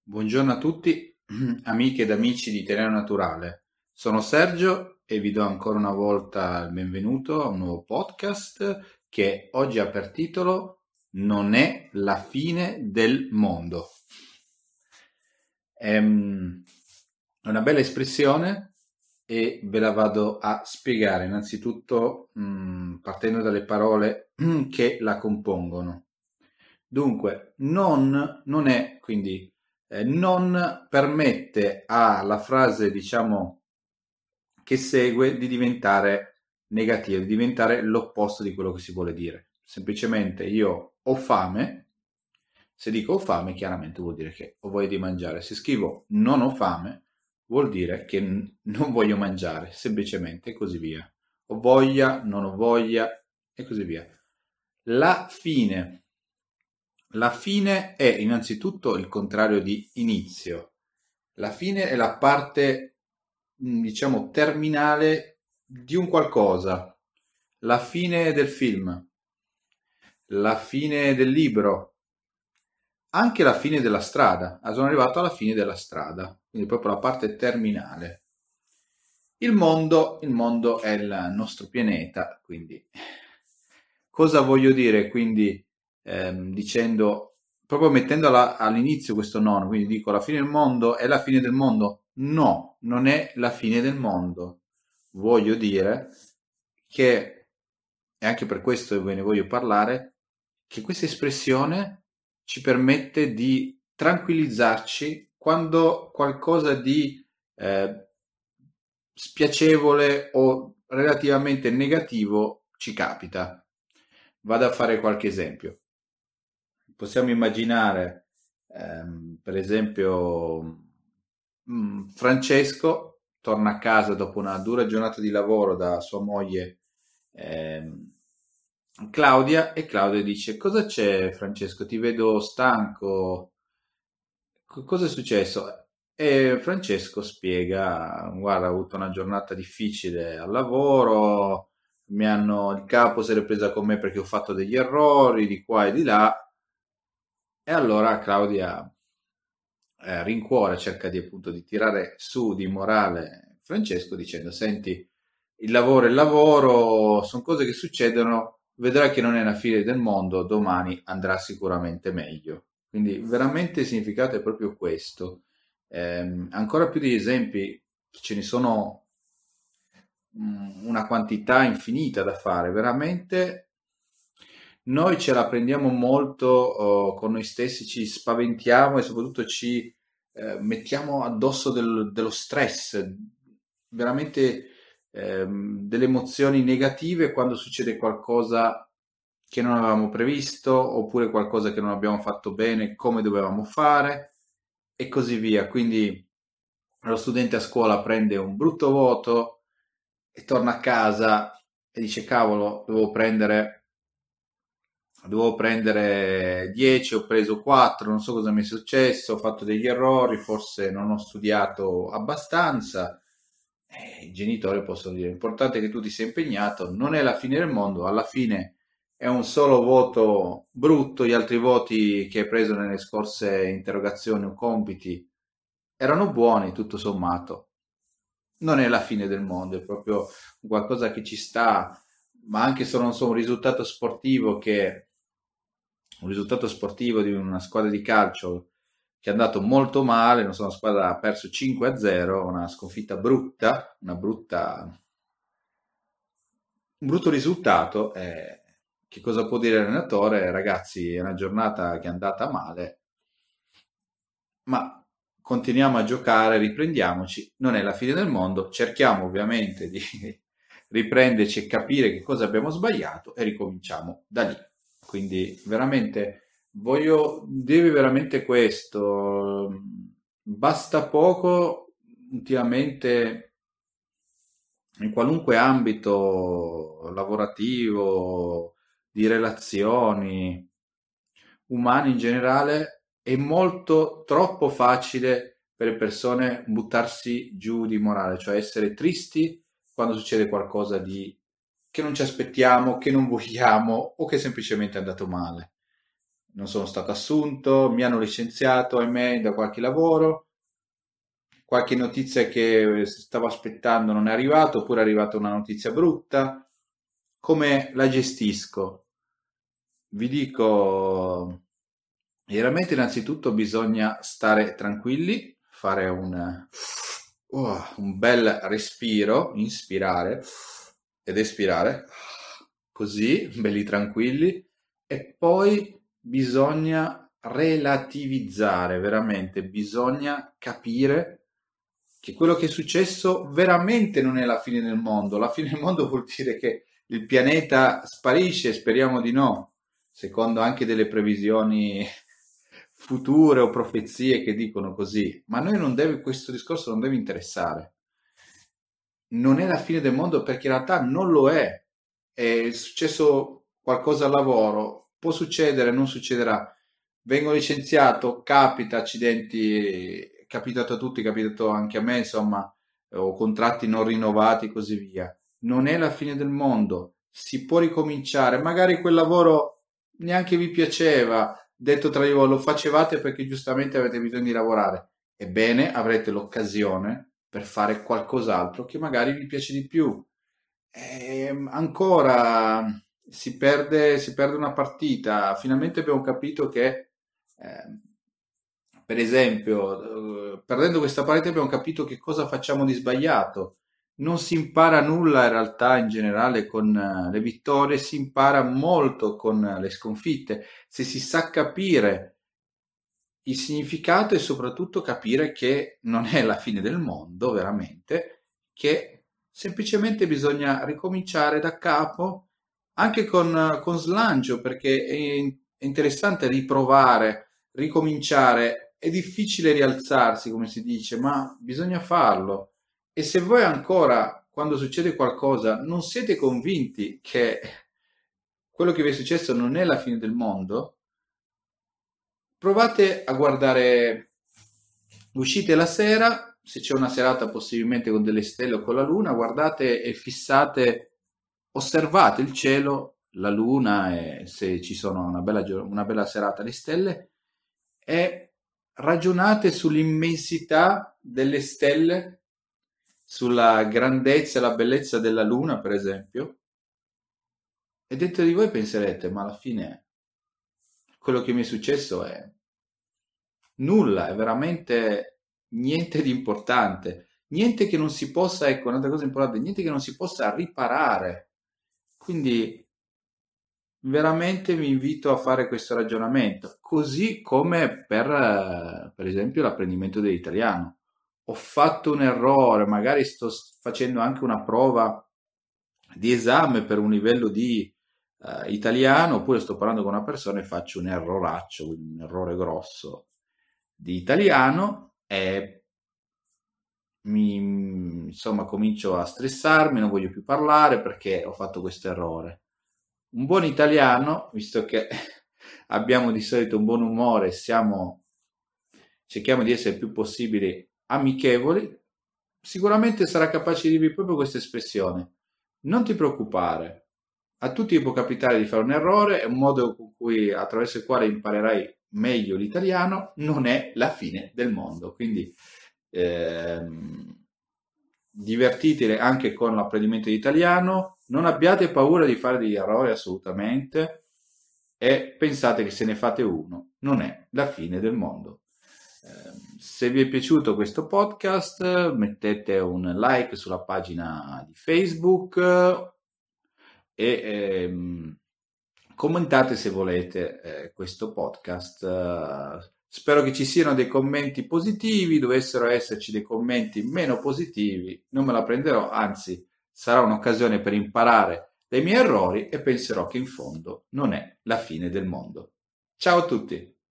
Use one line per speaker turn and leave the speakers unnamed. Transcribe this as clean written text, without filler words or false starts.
Buongiorno a tutti, amiche ed amici di Italiano Naturale. Sono Sergio e vi do ancora una volta il benvenuto a un nuovo podcast che oggi ha per titolo Non è la fine del mondo. È una bella espressione e ve la vado a spiegare innanzitutto partendo dalle parole che la compongono. Dunque, non è quindi non permette alla frase, diciamo, che segue di diventare negativa, di diventare l'opposto di quello che si vuole dire. Semplicemente io ho fame, se dico ho fame, chiaramente vuol dire che ho voglia di mangiare. Se scrivo non ho fame, vuol dire che non voglio mangiare, semplicemente, e così via. Ho voglia, non ho voglia, e così via. La fine. La fine è innanzitutto il contrario di inizio. La fine è la parte, diciamo, terminale di un qualcosa. La fine del film, la fine del libro, anche la fine della strada. Sono arrivato alla fine della strada, quindi proprio la parte terminale. Il mondo è il nostro pianeta, quindi cosa voglio dire? Quindi dicendo, proprio mettendola all'inizio questo nono, quindi dico la fine del mondo è la fine del mondo? No, non è la fine del mondo. Voglio dire che, e anche per questo ve ne voglio parlare, che questa espressione ci permette di tranquillizzarci quando qualcosa di spiacevole o relativamente negativo ci capita. Vado a fare qualche esempio. Possiamo immaginare, per esempio, Francesco torna a casa dopo una dura giornata di lavoro da sua moglie ehm, Claudia e Claudia dice: Cosa c'è, Francesco? Ti vedo stanco. Cosa è successo? E Francesco spiega: Guarda, ho avuto una giornata difficile al lavoro, il capo se l'è presa con me perché ho fatto degli errori di qua e di là. E allora Claudia rincuora, cerca di appunto di tirare su di morale Francesco dicendo: Senti, il lavoro, sono cose che succedono, vedrai che non è la fine del mondo, domani andrà sicuramente meglio. Quindi veramente il significato è proprio questo. Ancora più di esempi, ce ne sono una quantità infinita da fare, veramente noi ce la prendiamo molto con noi stessi, ci spaventiamo e soprattutto ci mettiamo addosso dello stress, veramente delle emozioni negative quando succede qualcosa che non avevamo previsto oppure qualcosa che non abbiamo fatto bene come dovevamo fare e così via. Quindi lo studente a scuola prende un brutto voto e torna a casa e dice: Cavolo, dovevo prendere 10, ho preso 4, non so cosa mi è successo, ho fatto degli errori, forse non ho studiato abbastanza. I genitori possono dire: l'importante è che tu ti sia impegnato, non è la fine del mondo, alla fine è un solo voto brutto, gli altri voti che hai preso nelle scorse interrogazioni o compiti erano buoni, tutto sommato. Non è la fine del mondo, è proprio qualcosa che ci sta, ma anche se non so un risultato sportivo di una squadra di calcio che è andato molto male, non so, una squadra ha perso 5-0, una sconfitta brutta, un brutto risultato. Che cosa può dire l'allenatore? Ragazzi, è una giornata che è andata male, ma continuiamo a giocare, riprendiamoci, non è la fine del mondo, cerchiamo ovviamente di riprenderci e capire che cosa abbiamo sbagliato e ricominciamo da lì. Quindi veramente devi veramente questo, basta poco ultimamente in qualunque ambito lavorativo, di relazioni, umane in generale, è molto troppo facile per le persone buttarsi giù di morale, cioè essere tristi quando succede qualcosa che non ci aspettiamo, che non vogliamo o che semplicemente è andato male. non sono stato assunto, mi hanno licenziato, ahimè, da qualche lavoro, qualche notizia che stavo aspettando non è arrivata, oppure è arrivata una notizia brutta. Come la gestisco? Vi dico, veramente innanzitutto bisogna stare tranquilli, fare un bel respiro, inspirare ed espirare, così, belli tranquilli, e poi bisogna relativizzare, veramente, bisogna capire che quello che è successo veramente non è la fine del mondo. La fine del mondo vuol dire che il pianeta sparisce, speriamo di no, secondo anche delle previsioni future o profezie che dicono così. Ma a noi non deve, questo discorso non deve interessare. Non è la fine del mondo perché in realtà non lo è. È successo qualcosa al lavoro, può succedere, non succederà. Vengo licenziato, capita, accidenti, è capitato a tutti, è capitato anche a me, insomma, o contratti non rinnovati e così via. Non è la fine del mondo, si può ricominciare. Magari quel lavoro neanche vi piaceva, detto tra di voi, lo facevate perché giustamente avete bisogno di lavorare. Ebbene, avrete l'occasione per fare qualcos'altro che magari vi piace di più. Ancora si perde una partita. Finalmente abbiamo capito che, per esempio, perdendo questa partita abbiamo capito che cosa facciamo di sbagliato. Non si impara nulla in realtà in generale con le vittorie, si impara molto con le sconfitte. Se si sa capire il significato e soprattutto capire che non è la fine del mondo, veramente, che semplicemente bisogna ricominciare da capo, anche con slancio, perché è interessante riprovare, ricominciare. È difficile rialzarsi, come si dice, ma bisogna farlo. E se voi ancora, quando succede qualcosa, non siete convinti che quello che vi è successo non è la fine del mondo, provate a guardare, uscite la sera, se c'è una serata possibilmente con delle stelle o con la luna, guardate e fissate, osservate il cielo, la luna e se ci sono una bella serata le stelle e ragionate sull'immensità delle stelle, sulla grandezza e la bellezza della luna, per esempio, e dentro di voi penserete, ma alla fine quello che mi è successo è nulla, è veramente niente di importante, niente che non si possa, ecco, un'altra cosa importante, niente che non si possa riparare. Quindi veramente vi invito a fare questo ragionamento, così come per esempio l'apprendimento dell'italiano. Ho fatto un errore, magari sto facendo anche una prova di esame per un livello di italiano, oppure sto parlando con una persona e faccio un erroraccio, quindi un errore grosso di italiano e insomma comincio a stressarmi, non voglio più parlare perché ho fatto questo errore. Un buon italiano, visto che abbiamo di solito un buon umore, cerchiamo di essere il più possibile amichevoli, sicuramente sarà capace di dirvi proprio questa espressione. Non ti preoccupare, a tutti può capitare di fare un errore, è un modo con cui, attraverso il quale imparerai meglio l'italiano, non è la fine del mondo. Quindi divertitevi anche con l'apprendimento di italiano, non abbiate paura di fare degli errori assolutamente e pensate che se ne fate uno non è la fine del mondo. Se vi è piaciuto questo podcast mettete un like sulla pagina di Facebook e commentate se volete questo podcast. Spero che ci siano dei commenti positivi, dovessero esserci dei commenti meno positivi, non me la prenderò, anzi sarà un'occasione per imparare dai miei errori e penserò che in fondo non è la fine del mondo. Ciao a tutti!